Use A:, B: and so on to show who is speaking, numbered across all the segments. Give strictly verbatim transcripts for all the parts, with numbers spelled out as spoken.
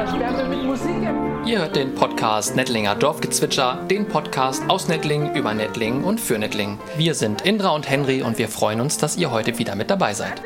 A: Sterne mit Musik im...
B: Ihr hört den Podcast Nettlinger Dorfgezwitscher, den Podcast aus Nettlingen über Nettlingen und für Nettlingen. Wir sind Indra und Henry und wir freuen uns, dass ihr heute wieder mit dabei seid.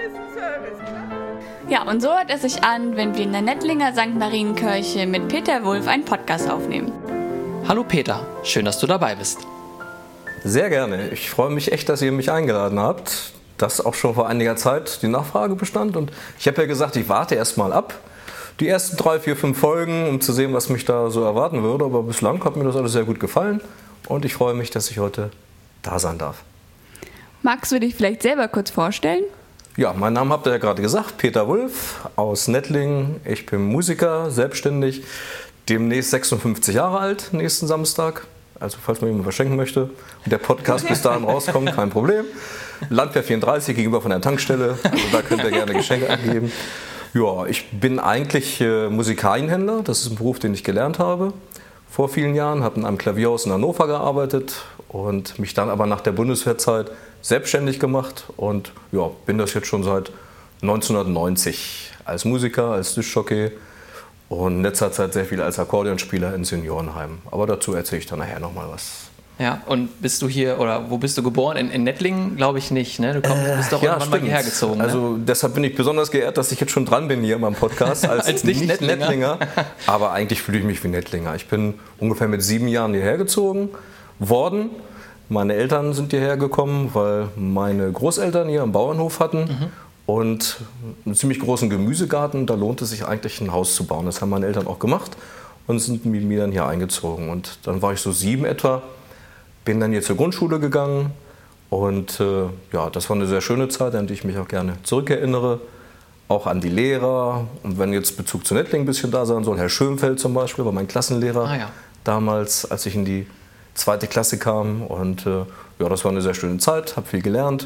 C: Ja, und so hört es sich an, wenn wir in der Nettlinger Sankt Marienkirche mit Peter Wulff einen Podcast aufnehmen.
B: Hallo Peter, schön, dass du dabei bist.
D: Sehr gerne. Ich freue mich echt, dass ihr mich eingeladen habt. Das auch schon vor einiger Zeit die Nachfrage bestand. Und ich habe ja gesagt, ich warte erst mal ab. Die ersten drei, vier, fünf Folgen, um zu sehen, was mich da so erwarten würde. Aber bislang hat mir das alles sehr gut gefallen. Und ich freue mich, dass ich heute da sein darf.
C: Magst du dich vielleicht selber kurz vorstellen?
D: Ja, meinen Namen habt ihr ja gerade gesagt. Peter Wulff aus Nettlingen. Ich bin Musiker, selbstständig. Demnächst sechsundfünfzig Jahre alt, nächsten Samstag. Also falls man jemand verschenken möchte und der Podcast bis dahin rauskommt, kein Problem. Landwehr vierunddreißig gegenüber von der Tankstelle, also da könnt ihr gerne Geschenke abgeben. Ja, ich bin eigentlich äh, Musikalienhändler, das ist ein Beruf, den ich gelernt habe vor vielen Jahren, habe in einem Klavierhaus in Hannover gearbeitet und mich dann aber nach der Bundeswehrzeit selbstständig gemacht und ja, bin das jetzt schon seit neunzehnhundertneunzig als Musiker, als Diskjockey und in letzter Zeit sehr viel als Akkordeonspieler in Seniorenheimen. Aber dazu erzähle ich dann nachher nochmal was.
B: Ja, und bist du hier, oder wo bist du geboren? In, in Nettlingen, glaube ich nicht, ne? Du kommst, bist doch
D: äh, ja,
B: irgendwann mal hierher gezogen. Ne?
D: Also deshalb bin ich besonders geehrt, dass ich jetzt schon dran bin hier in meinem Podcast als,
B: als nicht, nicht Nettlinger.
D: Nettlinger. Aber eigentlich fühle ich mich wie Nettlinger. Ich bin ungefähr mit sieben Jahren hierher gezogen worden. Meine Eltern sind hierher gekommen, weil meine Großeltern hier einen Bauernhof hatten. Mhm. Und einen ziemlich großen Gemüsegarten. Da lohnt es sich eigentlich, ein Haus zu bauen. Das haben meine Eltern auch gemacht und sind mit mir dann hier eingezogen. Und dann war ich so sieben etwa, bin dann hier zur Grundschule gegangen. Und äh, ja, das war eine sehr schöne Zeit, an die ich mich auch gerne zurückerinnere. Auch an die Lehrer. Und wenn jetzt Bezug zu Nettlingen ein bisschen da sein soll, Herr Schönfeld zum Beispiel, war mein Klassenlehrer
B: ah, ja.
D: damals, als ich in die zweite Klasse kam. Und äh, ja, das war eine sehr schöne Zeit, habe viel gelernt.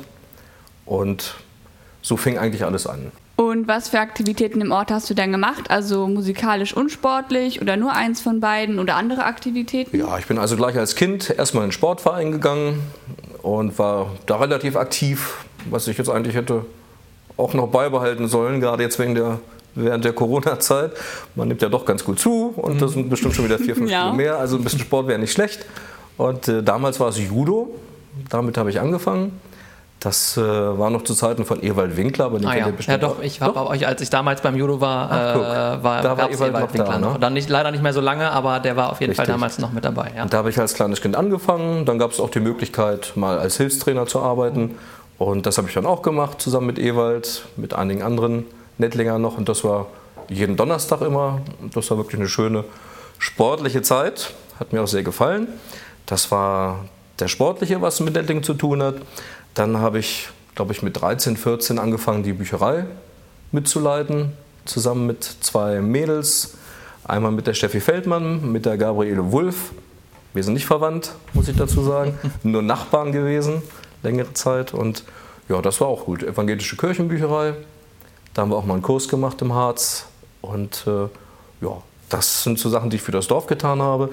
D: Und so fing eigentlich alles an.
C: Und was für Aktivitäten im Ort hast du dann gemacht? Also musikalisch und sportlich oder nur eins von beiden oder andere Aktivitäten?
D: Ja, ich bin also gleich als Kind erstmal in den Sportverein gegangen und war da relativ aktiv, was ich jetzt eigentlich hätte auch noch beibehalten sollen, gerade jetzt wegen der, während der Corona-Zeit. Man nimmt ja doch ganz gut zu und das sind bestimmt schon wieder vier, fünf
C: ja.
D: Kilo mehr, also ein bisschen Sport wäre nicht schlecht. Und äh, damals war es Judo, damit habe ich angefangen. Das äh, war noch zu Zeiten von Ewald Winkler, aber den
B: ah,
D: kennt
B: ja.
D: ihr bestimmt.
B: Ja, doch, ich habe auch, als ich damals beim Judo war,
D: Ach,
B: äh, war,
D: da war
B: Ewald,
D: Ewald noch
B: Winkler
D: da,
B: noch.
D: ne?
B: Dann nicht, leider nicht mehr so lange, aber der war auf jeden
D: Richtig.
B: Fall damals noch mit dabei. Ja.
D: Und da habe ich als kleines Kind angefangen. Dann gab es auch die Möglichkeit, mal als Hilfstrainer zu arbeiten. Und das habe ich dann auch gemacht, zusammen mit Ewald, mit einigen anderen Nettlingern noch. Und das war jeden Donnerstag immer. Und das war wirklich eine schöne sportliche Zeit. Hat mir auch sehr gefallen. Das war der Sportliche, was mit Nettlingen zu tun hat. Dann habe ich, glaube ich, mit dreizehn, vierzehn angefangen, die Bücherei mitzuleiten, zusammen mit zwei Mädels. Einmal mit der Steffi Feldmann, mit der Gabriele Wulff. Wir sind nicht verwandt, muss ich dazu sagen, nur Nachbarn gewesen, längere Zeit. Und ja, das war auch gut. Evangelische Kirchenbücherei, da haben wir auch mal einen Kurs gemacht im Harz. Und äh, ja, das sind so Sachen, die ich für das Dorf getan habe.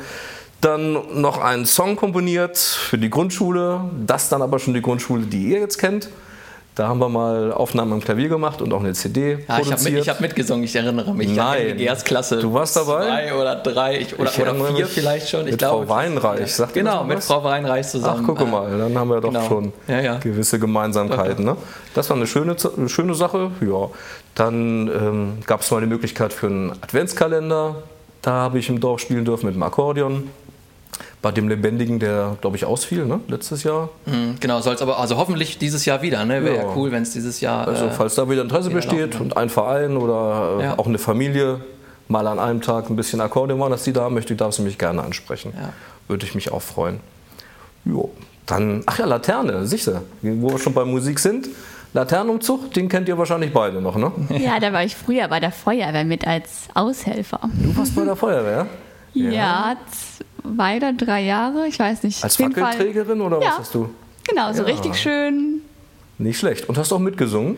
D: Dann noch einen Song komponiert für die Grundschule, das dann aber schon die Grundschule, die ihr jetzt kennt. Da haben wir mal Aufnahmen am Klavier gemacht und auch eine C D
B: ja,
D: produziert.
B: Ich habe mit, hab mitgesungen, ich erinnere mich.
D: Nein.
B: Ich habe Klasse
D: Du warst dabei?
B: Zwei oder drei ich, oder,
D: ich
B: oder vier vielleicht schon. Ich
D: mit
B: glaube,
D: Frau Weinreich, sagt
B: Genau,
D: ihr das
B: mit
D: was?
B: Frau Weinreich zusammen.
D: Ach, guck mal, dann haben wir doch
B: genau.
D: schon
B: ja, ja.
D: gewisse Gemeinsamkeiten. Ne? Das war eine schöne, eine schöne Sache. Ja. Dann ähm, gab es mal die Möglichkeit für einen Adventskalender. Da habe ich im Dorf spielen dürfen mit dem Akkordeon. Bei dem Lebendigen, der, glaube ich, ausfiel, ne? letztes Jahr.
B: Mhm, genau, soll es aber also hoffentlich dieses Jahr wieder. Ne? Wäre ja. ja cool, wenn es dieses Jahr.
D: Also, falls da wieder Interesse besteht und ein Verein oder ja. auch eine Familie mal an einem Tag ein bisschen Akkordeon machen, dass die da haben möchte, darf sie mich gerne ansprechen. Ja. Würde ich mich auch freuen. Jo. Dann, ach ja, Laterne, sicher, wo wir schon bei Musik sind. Laternenumzug, den kennt ihr wahrscheinlich beide noch, ne?
C: Ja, da war ich früher bei der Feuerwehr mit als Aushelfer.
D: Du warst bei der Feuerwehr?
C: Ja, ja zwei oder drei Jahre, ich weiß nicht.
D: Als Fackelträgerin oder
C: ja,
D: was hast du?
C: Genau, so
D: ja.
C: richtig schön.
D: Nicht schlecht. Und hast du auch mitgesungen?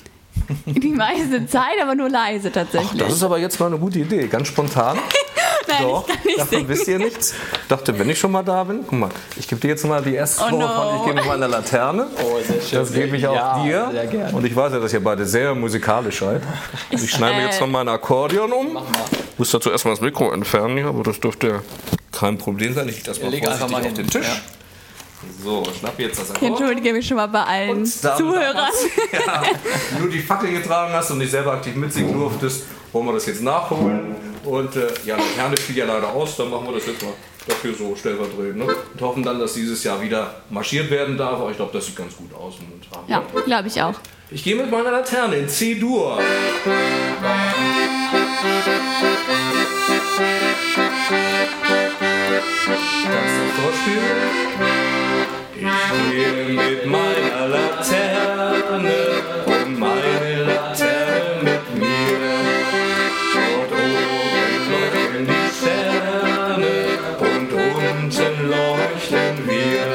C: Die meiste Zeit, aber nur leise tatsächlich.
D: Ach, das ist aber jetzt mal eine gute Idee, ganz spontan.
C: Nein,
D: Doch,
C: ich kann nicht
D: davon
C: singen.
D: wisst ihr nichts. Ich dachte, wenn ich schon mal da bin, guck mal, ich gebe dir jetzt mal die erste
C: Oh
D: Probe
C: no.
D: von, ich gebe mir mal eine Laterne.
B: Oh, sehr schön.
D: Das gebe ich auch
B: ja,
D: dir.
B: Sehr gerne.
D: Und ich weiß ja, dass ihr beide sehr musikalisch seid. Ich schneide mir jetzt noch mal ein Akkordeon um.
B: Mach mal.
D: Ich muss dazu erstmal das Mikro entfernen, hier, aber das dürfte kein Problem sein. Ich leg das mal
B: Leg
D: vorsichtig
B: einfach mal
D: auf
B: hin.
D: den Tisch.
B: Ja.
D: So, schnapp jetzt das
C: Ich
D: Akkord.
C: entschuldige mich schon mal bei allen
D: Und dann
C: Zuhörern.
D: damals, ja, wenn du die Fackel getragen hast und nicht selber aktiv mitsingen durftest, wollen wir das jetzt nachholen. Und äh, ja, die Herne fiel ja leider aus, dann machen wir das jetzt mal dafür so stellvertretend. Ne? Und hoffen dann, dass dieses Jahr wieder marschiert werden darf. Aber ich glaube, das sieht ganz gut aus. Und,
C: Ja, glaube ich auch.
D: ich gehe mit meiner Laterne in C-Dur. Das ist das Vorspiel. Ich gehe mit meiner Laterne und meine Laterne mit mir. Dort oben leuchten die Sterne und unten leuchten wir.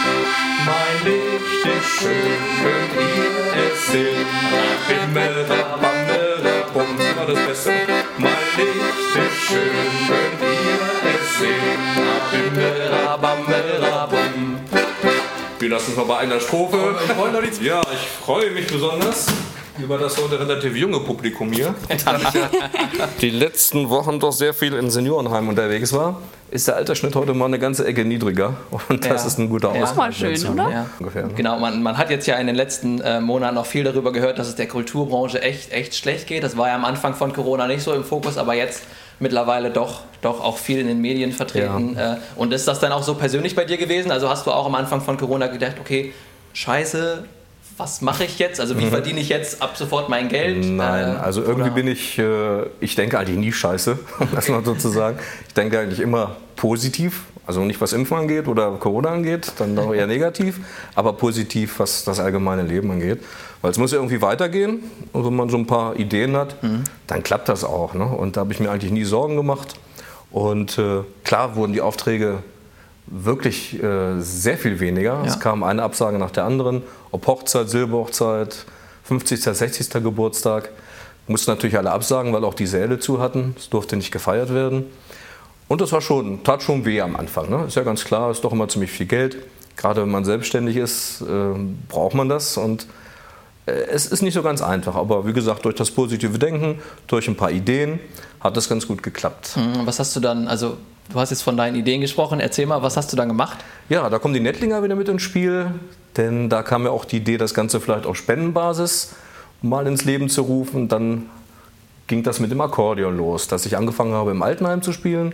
D: Mein Licht ist schön, könnt ihr es sehen. Bimmera, bammera, bum, das war das Beste. Mein Licht ist schön, könnt ihr es sehen. Bimmera, bammera, bum. Wir lassen es mal bei einer Strophe. Ja, ich freue mich besonders über das heute relativ junge Publikum hier. Da ich ja die letzten Wochen doch sehr viel in Seniorenheimen unterwegs war, ist der Altersschnitt heute mal eine ganze Ecke niedriger. Und das
B: Ja.
D: ist ein guter
B: Ja.
D: Ausgleich.
C: Auch mal schön,
D: dazu,
C: oder?
B: Ja.
D: Ungefähr, ne?
B: Genau, man, man hat jetzt ja in den letzten äh, Monaten noch viel darüber gehört, dass es der Kulturbranche echt, echt schlecht geht. Das war ja am Anfang von Corona nicht so im Fokus, aber jetzt mittlerweile doch, doch auch viel in den Medien vertreten.
D: Ja.
B: Äh, und ist das dann auch so persönlich bei dir gewesen? Also hast du auch am Anfang von Corona gedacht, okay, scheiße, was mache ich jetzt? Also wie verdiene ich jetzt ab sofort mein Geld?
D: Nein,
B: Äh,
D: also irgendwie
B: oder-
D: bin ich, äh, ich denke eigentlich nie scheiße, um das mal so zu sagen. Ich denke eigentlich immer positiv, also nicht was Impfen angeht oder Corona angeht, dann doch eher negativ, aber positiv, was das allgemeine Leben angeht. Weil es muss ja irgendwie weitergehen und wenn man so ein paar Ideen hat, mhm. dann klappt das auch. Ne? Und da habe ich mir eigentlich nie Sorgen gemacht. Und äh, klar wurden die Aufträge wirklich äh, sehr viel weniger.
B: Ja.
D: Es kam eine Absage nach der anderen, ob Hochzeit, Silberhochzeit, fünfzigsten, sechzigsten Geburtstag. Mussten natürlich alle absagen, weil auch die Säle zu hatten. Es durfte nicht gefeiert werden. Und das war schon, tat schon weh am Anfang. Ne? Ist ja ganz klar, ist doch immer ziemlich viel Geld. Gerade wenn man selbstständig ist, äh, braucht man das. Und äh, es ist nicht so ganz einfach. Aber wie gesagt, durch das positive Denken, durch ein paar Ideen, hat das ganz gut geklappt.
B: Mhm, was hast du dann, also du hast jetzt von deinen Ideen gesprochen, erzähl mal, was hast du dann gemacht?
D: Ja, da kommen die Nettlinger wieder mit ins Spiel, denn da kam ja auch die Idee, das Ganze vielleicht auf Spendenbasis mal ins Leben zu rufen. Dann ging das mit dem Akkordeon los, dass ich angefangen habe, im Altenheim zu spielen.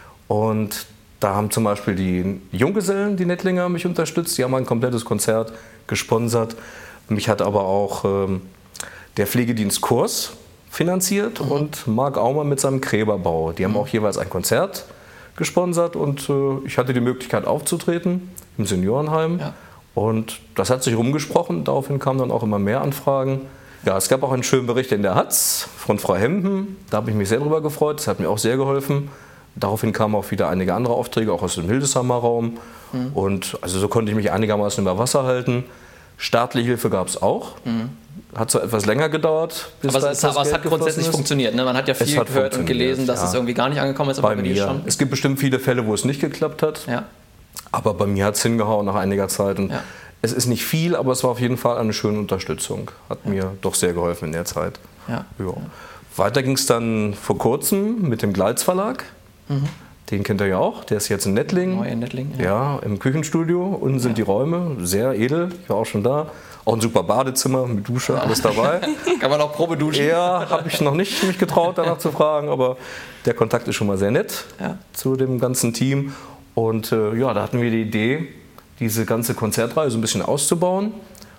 D: Und da haben zum Beispiel die Junggesellen, die Nettlinger, mich unterstützt. Die haben ein komplettes Konzert gesponsert. Mich hat aber auch ähm, der Pflegedienst Kurs finanziert mhm. und Marc Aumann mit seinem Gräberbau. Die haben mhm. auch jeweils ein Konzert gesponsert und äh, ich hatte die Möglichkeit aufzutreten im Seniorenheim.
B: Ja.
D: Und das hat sich rumgesprochen, daraufhin kamen dann auch immer mehr Anfragen. Ja, es gab auch einen schönen Bericht in der Hatz von Frau Hempen, da habe ich mich sehr drüber gefreut, das hat mir auch sehr geholfen. Daraufhin kamen auch wieder einige andere Aufträge, auch aus dem Hildesheimer Raum. Mhm. Und also so konnte ich mich einigermaßen über Wasser halten. Staatliche Hilfe gab es auch. Mhm. Hat zwar etwas länger gedauert. Bis
B: aber
D: da
B: es, aber es hat grundsätzlich funktioniert. Ne? Man hat ja viel
D: hat
B: gehört und gelesen, dass
D: ja.
B: es irgendwie gar nicht angekommen ist.
D: Bei
B: Aber bei
D: mir.
B: dir schon.
D: Es gibt bestimmt viele Fälle, wo es nicht geklappt hat.
B: Ja.
D: Aber bei mir hat es hingehauen nach einiger Zeit. Und
B: ja.
D: Es ist nicht viel, aber es war auf jeden Fall eine schöne Unterstützung. Hat ja. mir doch sehr geholfen in der Zeit.
B: Ja.
D: Ja. Weiter ging es dann vor kurzem mit dem Gleitz Verlag. Mhm. Den kennt ihr ja auch. Der ist jetzt in Nettling.
B: Neu in Nettling.
D: Ja, ja im Küchenstudio. Unten sind ja. die Räume. Sehr edel. Ich war auch schon da. Auch ein super Badezimmer mit Dusche, ja. alles dabei.
B: Kann man auch Probe duschen?
D: Ja, habe ich noch nicht mich getraut, danach zu fragen. Aber der Kontakt ist schon mal sehr nett
B: ja.
D: zu dem ganzen Team. Und äh, ja, da hatten wir die Idee, diese ganze Konzertreihe so ein bisschen auszubauen.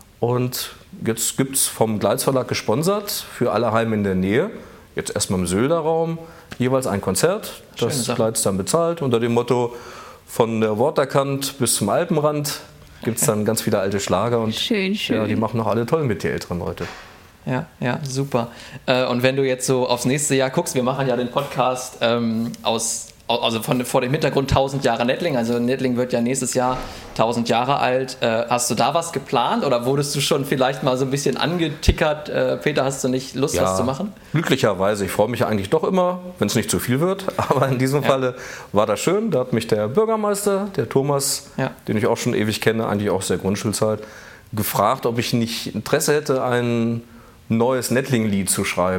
D: Und jetzt gibt es vom Gleitz Verlag gesponsert für alle Heime in der Nähe. Jetzt erstmal im Sölder-Raum jeweils ein Konzert, das Gleitz dann bezahlt unter dem Motto von der Worterkant bis zum Alpenrand gibt es dann ganz viele alte Schlager und
C: schön, schön.
D: Ja, die machen auch alle toll mit, die älteren Leute.
B: Ja, ja, super. Und wenn du jetzt so aufs nächste Jahr guckst, wir machen ja den Podcast ähm, aus also von, vor dem Hintergrund tausend Jahre Nettling, also Nettling wird ja nächstes Jahr tausend Jahre alt. Äh, hast du da was geplant oder wurdest du schon vielleicht mal so ein bisschen angetickert? Äh, Peter, hast du nicht Lust,
D: ja,
B: was zu machen?
D: Glücklicherweise, ich freue mich ja eigentlich doch immer, wenn es nicht zu viel wird, aber in diesem ja. Falle war das schön. Da hat mich der Bürgermeister, der Thomas, ja. den ich auch schon ewig kenne, eigentlich auch seit Grundschulzeit, gefragt, ob ich nicht Interesse hätte, ein neues Nettling-Lied zu schreiben.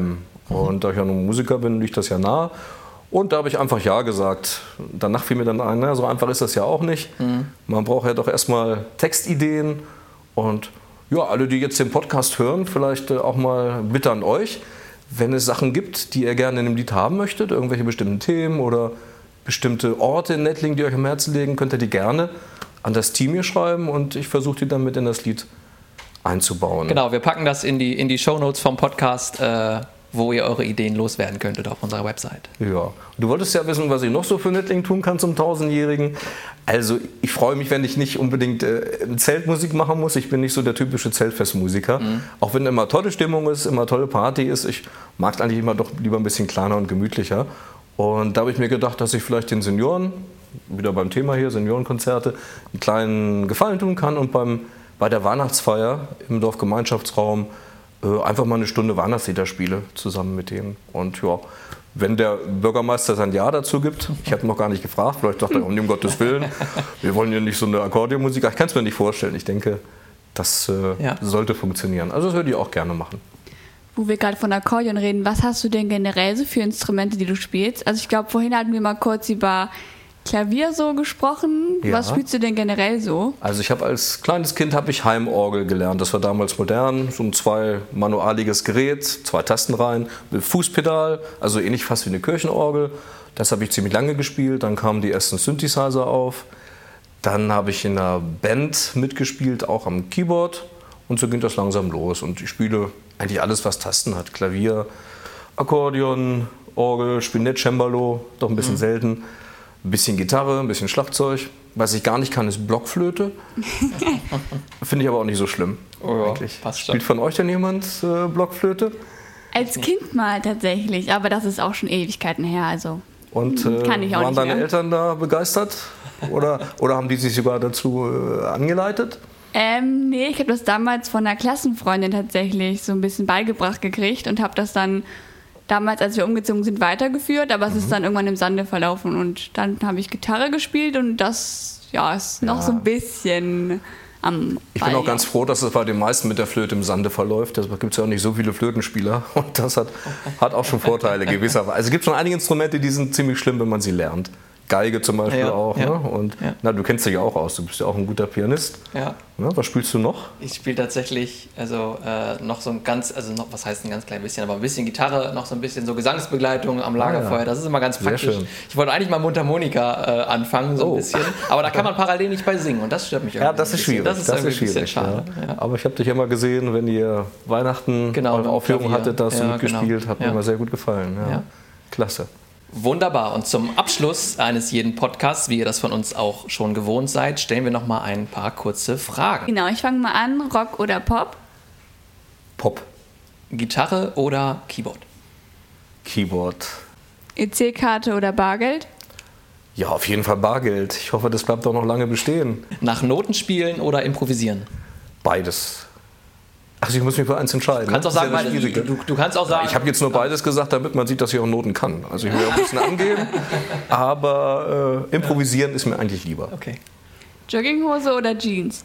D: Und da ich ja nun Musiker bin, liegt das ja nah. Und da habe ich einfach Ja gesagt. Danach fiel mir dann ein, na, so einfach ist das ja auch nicht. Mhm. Man braucht ja doch erstmal Textideen. Und ja, alle, die jetzt den Podcast hören, vielleicht auch mal bitte an euch, wenn es Sachen gibt, die ihr gerne in einem Lied haben möchtet, irgendwelche bestimmten Themen oder bestimmte Orte in Nettling, die euch am Herzen liegen, könnt ihr die gerne an das Team hier schreiben und ich versuche die dann mit in das Lied einzubauen.
B: Genau, wir packen das in die, in die Shownotes vom Podcast, äh, wo ihr eure Ideen loswerden könntet auf unserer Website.
D: Ja, du wolltest ja wissen, was ich noch so für Nettling tun kann zum tausendjährigen. Also ich freue mich, wenn ich nicht unbedingt äh, Zeltmusik machen muss. Ich bin nicht so der typische Zeltfestmusiker. Mhm. Auch wenn immer tolle Stimmung ist, immer tolle Party ist. Ich mag es eigentlich immer doch lieber ein bisschen kleiner und gemütlicher. Und da habe ich mir gedacht, dass ich vielleicht den Senioren, wieder beim Thema hier, Seniorenkonzerte, einen kleinen Gefallen tun kann und beim, bei der Weihnachtsfeier im Dorfgemeinschaftsraum äh, einfach mal eine Stunde Weihnachtslieder spiele zusammen mit denen. Und ja, wenn der Bürgermeister sein Ja dazu gibt, ich habe noch gar nicht gefragt, vielleicht dachte er, um Gottes Willen, wir wollen ja nicht so eine Akkordeonmusik, ich kann es mir nicht vorstellen. Ich denke, das äh, ja. sollte funktionieren. Also das würde ich auch gerne machen.
C: Wo wir gerade von Akkordeon reden, was hast du denn generell so für Instrumente, die du spielst? Also ich glaube, vorhin hatten wir mal kurz über Klavier so gesprochen. Ja. Was spielst du denn generell so?
D: Also ich habe als kleines Kind habe ich Heimorgel gelernt. Das war damals modern, so ein zweimanualiges Gerät, zwei Tastenreihen, mit Fußpedal, also ähnlich fast wie eine Kirchenorgel. Das habe ich ziemlich lange gespielt. Dann kamen die ersten Synthesizer auf. Dann habe ich in einer Band mitgespielt, auch am Keyboard. Und so ging das langsam los. Und ich spiele eigentlich alles, was Tasten hat. Klavier, Akkordeon, Orgel, Spinett, Cembalo, doch ein bisschen mhm. selten. Ein bisschen Gitarre, ein bisschen Schlagzeug. Was ich gar nicht kann, ist Blockflöte. Finde ich aber auch nicht so schlimm.
B: Oh ja, eigentlich. Passt schon.
D: Spielt von euch denn jemand äh, Blockflöte?
C: Als Kind mal tatsächlich, aber das ist auch schon Ewigkeiten her. Also.
D: Und äh,
C: kann ich auch
D: waren
C: nicht
D: deine
C: mehr.
D: Eltern da begeistert? Oder, oder haben die sich sogar dazu äh, angeleitet?
C: Ähm, nee, ich habe das damals von einer Klassenfreundin tatsächlich so ein bisschen beigebracht gekriegt und habe das dann damals, als wir umgezogen sind, weitergeführt, aber es mhm. ist dann irgendwann im Sande verlaufen und dann habe ich Gitarre gespielt und das ja, ist noch ja. so ein bisschen am
D: Ich bin auch ganz froh, dass es bei den meisten mit der Flöte im Sande verläuft. Da gibt es ja auch nicht so viele Flötenspieler und das hat, hat auch schon Vorteile gewisserweise. Also es gibt schon einige Instrumente, die sind ziemlich schlimm, wenn man sie lernt. Geige zum Beispiel ja, auch. Ja. Ne? Und ja. na, du kennst dich ja auch aus, du bist ja auch ein guter Pianist.
B: Ja.
D: Na, was spielst du noch?
B: Ich spiele tatsächlich also äh, noch so ein ganz, also noch, was heißt ein ganz klein bisschen, aber ein bisschen Gitarre, noch so ein bisschen so Gesangsbegleitung am Lagerfeuer. Ah, ja. Das ist immer ganz praktisch. Ich wollte eigentlich mal Mundharmonika äh, anfangen, so oh. ein bisschen, aber da kann man parallel nicht bei singen und das stört mich irgendwie.
D: Ja, das ist schwierig.
B: Das ist, das ist schwierig. Ein bisschen schade.
D: Ja. Ja. Aber ich habe dich immer gesehen, wenn ihr Weihnachten
B: genau,
D: eure Aufführung Klavier. hattet, dass du
B: ja,
D: mitgespielt,
B: genau.
D: hat mir
B: ja.
D: immer sehr gut gefallen. Ja. Ja. Klasse.
B: Wunderbar. Und zum Abschluss eines jeden Podcasts, wie ihr das von uns auch schon gewohnt seid, stellen wir noch mal ein paar kurze Fragen.
C: Genau, ich fange mal an. Rock oder Pop?
D: Pop.
B: Gitarre oder Keyboard?
D: Keyboard.
C: E C-Karte oder Bargeld?
D: Ja, auf jeden Fall Bargeld. Ich hoffe, das bleibt auch noch lange bestehen.
B: Nach Noten spielen oder improvisieren?
D: Beides. Ach, ich muss mich für eins entscheiden.
B: Du kannst auch sagen, beides. Du, du kannst auch sagen.
D: Ich habe jetzt nur beides gesagt, damit man sieht, dass ich auch Noten kann. Also ich will auch ein bisschen angeben, aber äh, improvisieren ist mir eigentlich lieber.
B: Okay.
C: Jogginghose oder Jeans?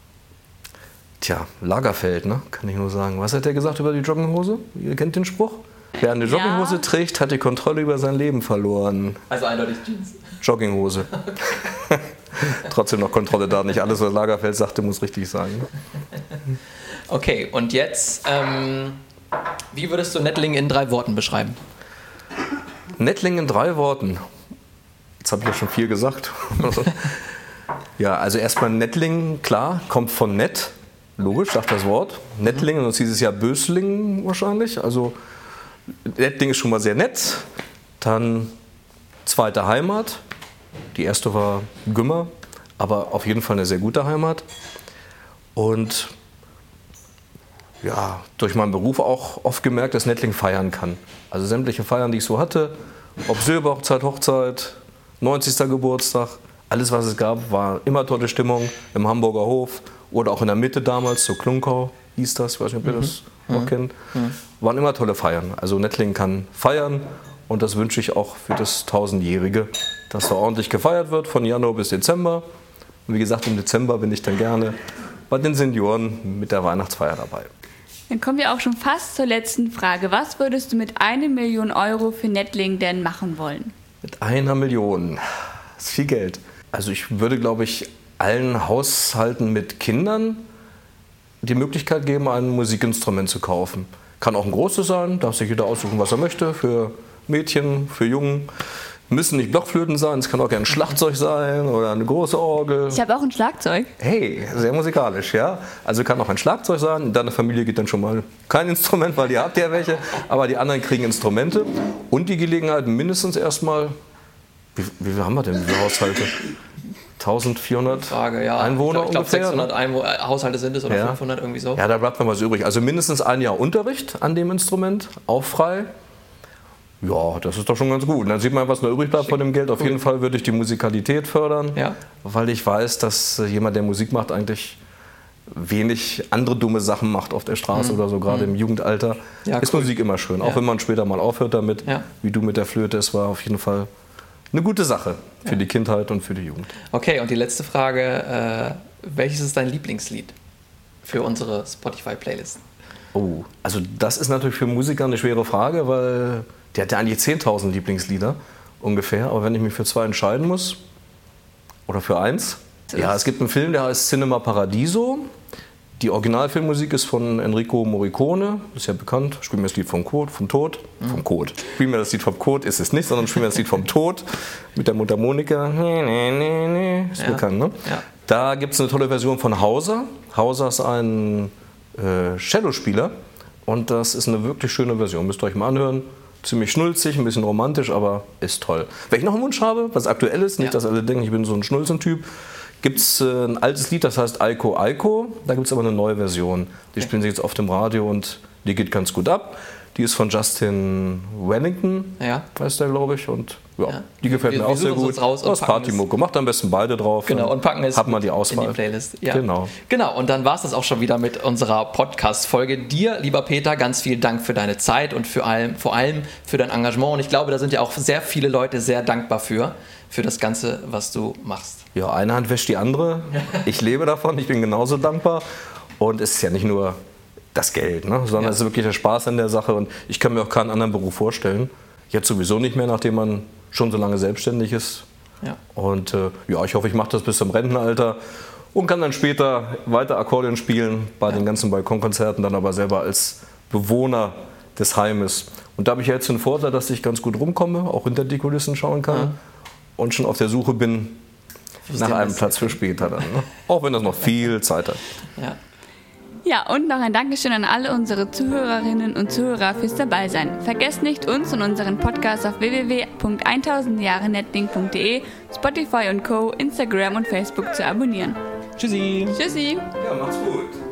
D: Tja, Lagerfeld, ne? Kann ich nur sagen. Was hat er gesagt über die Jogginghose? Ihr kennt den Spruch? Wer eine Jogginghose ja. trägt, hat die Kontrolle über sein Leben verloren.
B: Also eindeutig Jeans.
D: Jogginghose. Trotzdem noch Kontrolle da. Nicht alles, was Lagerfeld sagte, muss richtig sein. Ne?
B: Okay, und jetzt, ähm, wie würdest du Nettling in drei Worten beschreiben?
D: Nettling in drei Worten? Jetzt habe ich ja schon viel gesagt. Ja, also erstmal Nettling, klar, kommt von nett, logisch, sagt das Wort. Nettling, und uns hieß es ja Bösling wahrscheinlich. Also Nettling ist schon mal sehr nett. Dann zweite Heimat. Die erste war Gümmer, aber auf jeden Fall eine sehr gute Heimat. Und ja, durch meinen Beruf auch oft gemerkt, dass Nettling feiern kann. Also sämtliche Feiern, die ich so hatte, ob Silberhochzeit, Hochzeit, neunzigsten Geburtstag, alles was es gab, war immer tolle Stimmung im Hamburger Hof oder auch in der Mitte damals, so Klunkau hieß das, ich weiß nicht, ob ihr mhm. das noch mhm. kennt, mhm. waren immer tolle Feiern. Also Nettling kann feiern und das wünsche ich auch für das tausendjährige, dass da ordentlich gefeiert wird, von Januar bis Dezember. Und wie gesagt, im Dezember bin ich dann gerne bei den Senioren mit der Weihnachtsfeier dabei.
C: Dann kommen wir auch schon fast zur letzten Frage. Was würdest du mit einer Million Euro für Nettling denn machen wollen?
D: Mit einer Million. Das ist viel Geld. Also ich würde, glaube ich, allen Haushalten mit Kindern die Möglichkeit geben, ein Musikinstrument zu kaufen. Kann auch ein großes sein, darf sich jeder aussuchen, was er möchte. Für Mädchen, für Jungen. Müssen nicht Blockflöten sein, es kann auch gerne ein Schlagzeug sein oder eine große Orgel.
C: Ich habe auch ein Schlagzeug.
D: Hey, sehr musikalisch, ja. Also kann auch ein Schlagzeug sein. In deiner Familie geht dann schon mal kein Instrument, weil ihr habt ja welche. Aber die anderen kriegen Instrumente. Und die Gelegenheit mindestens erstmal, wie, wie viel haben wir denn, wie viele Haushalte? eintausendvierhundert
B: Frage, ja.
D: Einwohner
B: ich glaube,
D: ungefähr.
B: sechshundert Einwo- Haushalte sind es oder
D: Ja.
B: fünfhundert irgendwie so.
D: Ja, da bleibt noch was übrig. Also mindestens ein Jahr Unterricht an dem Instrument, auch frei. Ja, das ist doch schon ganz gut. Dann sieht man, was noch übrig bleibt von dem Geld. Auf jeden Fall würde ich die Musikalität fördern,
B: Ja.
D: weil ich weiß, dass jemand, der Musik macht, eigentlich wenig andere dumme Sachen macht auf der Straße oder so, gerade im Jugendalter.
B: Ja,
D: ist
B: cool.
D: Musik immer schön, auch
B: Ja.
D: wenn man später mal aufhört damit,
B: Ja.
D: wie du mit der Flöte. Es war auf jeden Fall eine gute Sache für die Kindheit und für die Jugend.
B: Okay, und die letzte Frage, äh, welches ist dein Lieblingslied für unsere Spotify-Playlist?
D: Oh, also das ist natürlich für Musiker eine schwere Frage, weil der hat ja eigentlich zehntausend Lieblingslieder ungefähr. Aber wenn ich mich für zwei entscheiden muss, oder für eins. Ja, es gibt einen Film, der heißt Cinema Paradiso. Die Originalfilmmusik ist von Enrico Morricone, ist ja bekannt. Spielen wir das Lied vom Code, vom Tod, mhm. vom Code. Spielen wir das Lied vom Code, ist es nicht, sondern spielen wir das Lied vom Tod mit der Mundharmonika. Ist
B: Ja.
D: bekannt, ne?
B: Ja.
D: Da gibt es eine tolle Version von Hauser. Hauser ist ein äh, Cellospieler und das ist eine wirklich schöne Version. Müsst ihr euch mal anhören. Ziemlich schnulzig, ein bisschen romantisch, aber ist toll. Wenn ich noch einen Wunsch habe, was aktuell ist, nicht,
B: Ja.
D: dass alle denken, ich bin so ein Schnulzentyp, gibt es äh, ein altes Lied, das heißt Aiko Aiko. Da gibt es aber eine neue Version. Die spielen sie jetzt auf dem Radio und die geht ganz gut ab. Die ist von Justin Wellington,
B: Ja.
D: heißt der, glaube ich. Und ja,
B: Ja.
D: die gefällt
B: Wir-
D: mir
B: wir
D: auch sehr
B: suchen
D: gut.
B: uns raus und
D: Das ist
B: packen
D: Partymucke. Macht am besten beide drauf.
B: Genau,
D: dann
B: und packen es
D: hat man die
B: in
D: Auswahl.
B: die Playlist. Ja.
D: Genau.
B: Genau, und dann war es das auch schon wieder mit unserer Podcast-Folge. Dir, lieber Peter, ganz vielen Dank für deine Zeit und für allem, vor allem für dein Engagement. Und ich glaube, da sind ja auch sehr viele Leute sehr dankbar für, für das Ganze, was du machst.
D: Ja, eine Hand wäscht die andere. Ich lebe davon, ich bin genauso dankbar. Und es ist ja nicht nur das Geld, ne? sondern
B: Ja.
D: es ist wirklich der Spaß an der Sache. Und ich kann mir auch keinen anderen Beruf vorstellen. Jetzt sowieso nicht mehr, nachdem man schon so lange selbstständig ist.
B: Ja.
D: Und äh, ja, ich hoffe, ich mache das bis zum Rentenalter und kann dann später weiter Akkordeon spielen, bei den ganzen Balkonkonzerten, dann aber selber als Bewohner des Heimes. Und da habe ich ja jetzt den Vorteil, dass ich ganz gut rumkomme, auch hinter die Kulissen schauen kann
B: Ja.
D: und schon auf der Suche bin nach einem
B: Besten.
D: Platz für später dann. Ne? Auch wenn das noch viel Zeit hat.
B: Ja.
C: Ja, und noch ein Dankeschön an alle unsere Zuhörerinnen und Zuhörer fürs Dabeisein. Vergesst nicht, uns und unseren Podcast auf w w w punkt tausend jahre nettling punkt de, Spotify und Co., Instagram und Facebook zu abonnieren.
B: Tschüssi.
C: Tschüssi!
D: Ja, macht's gut.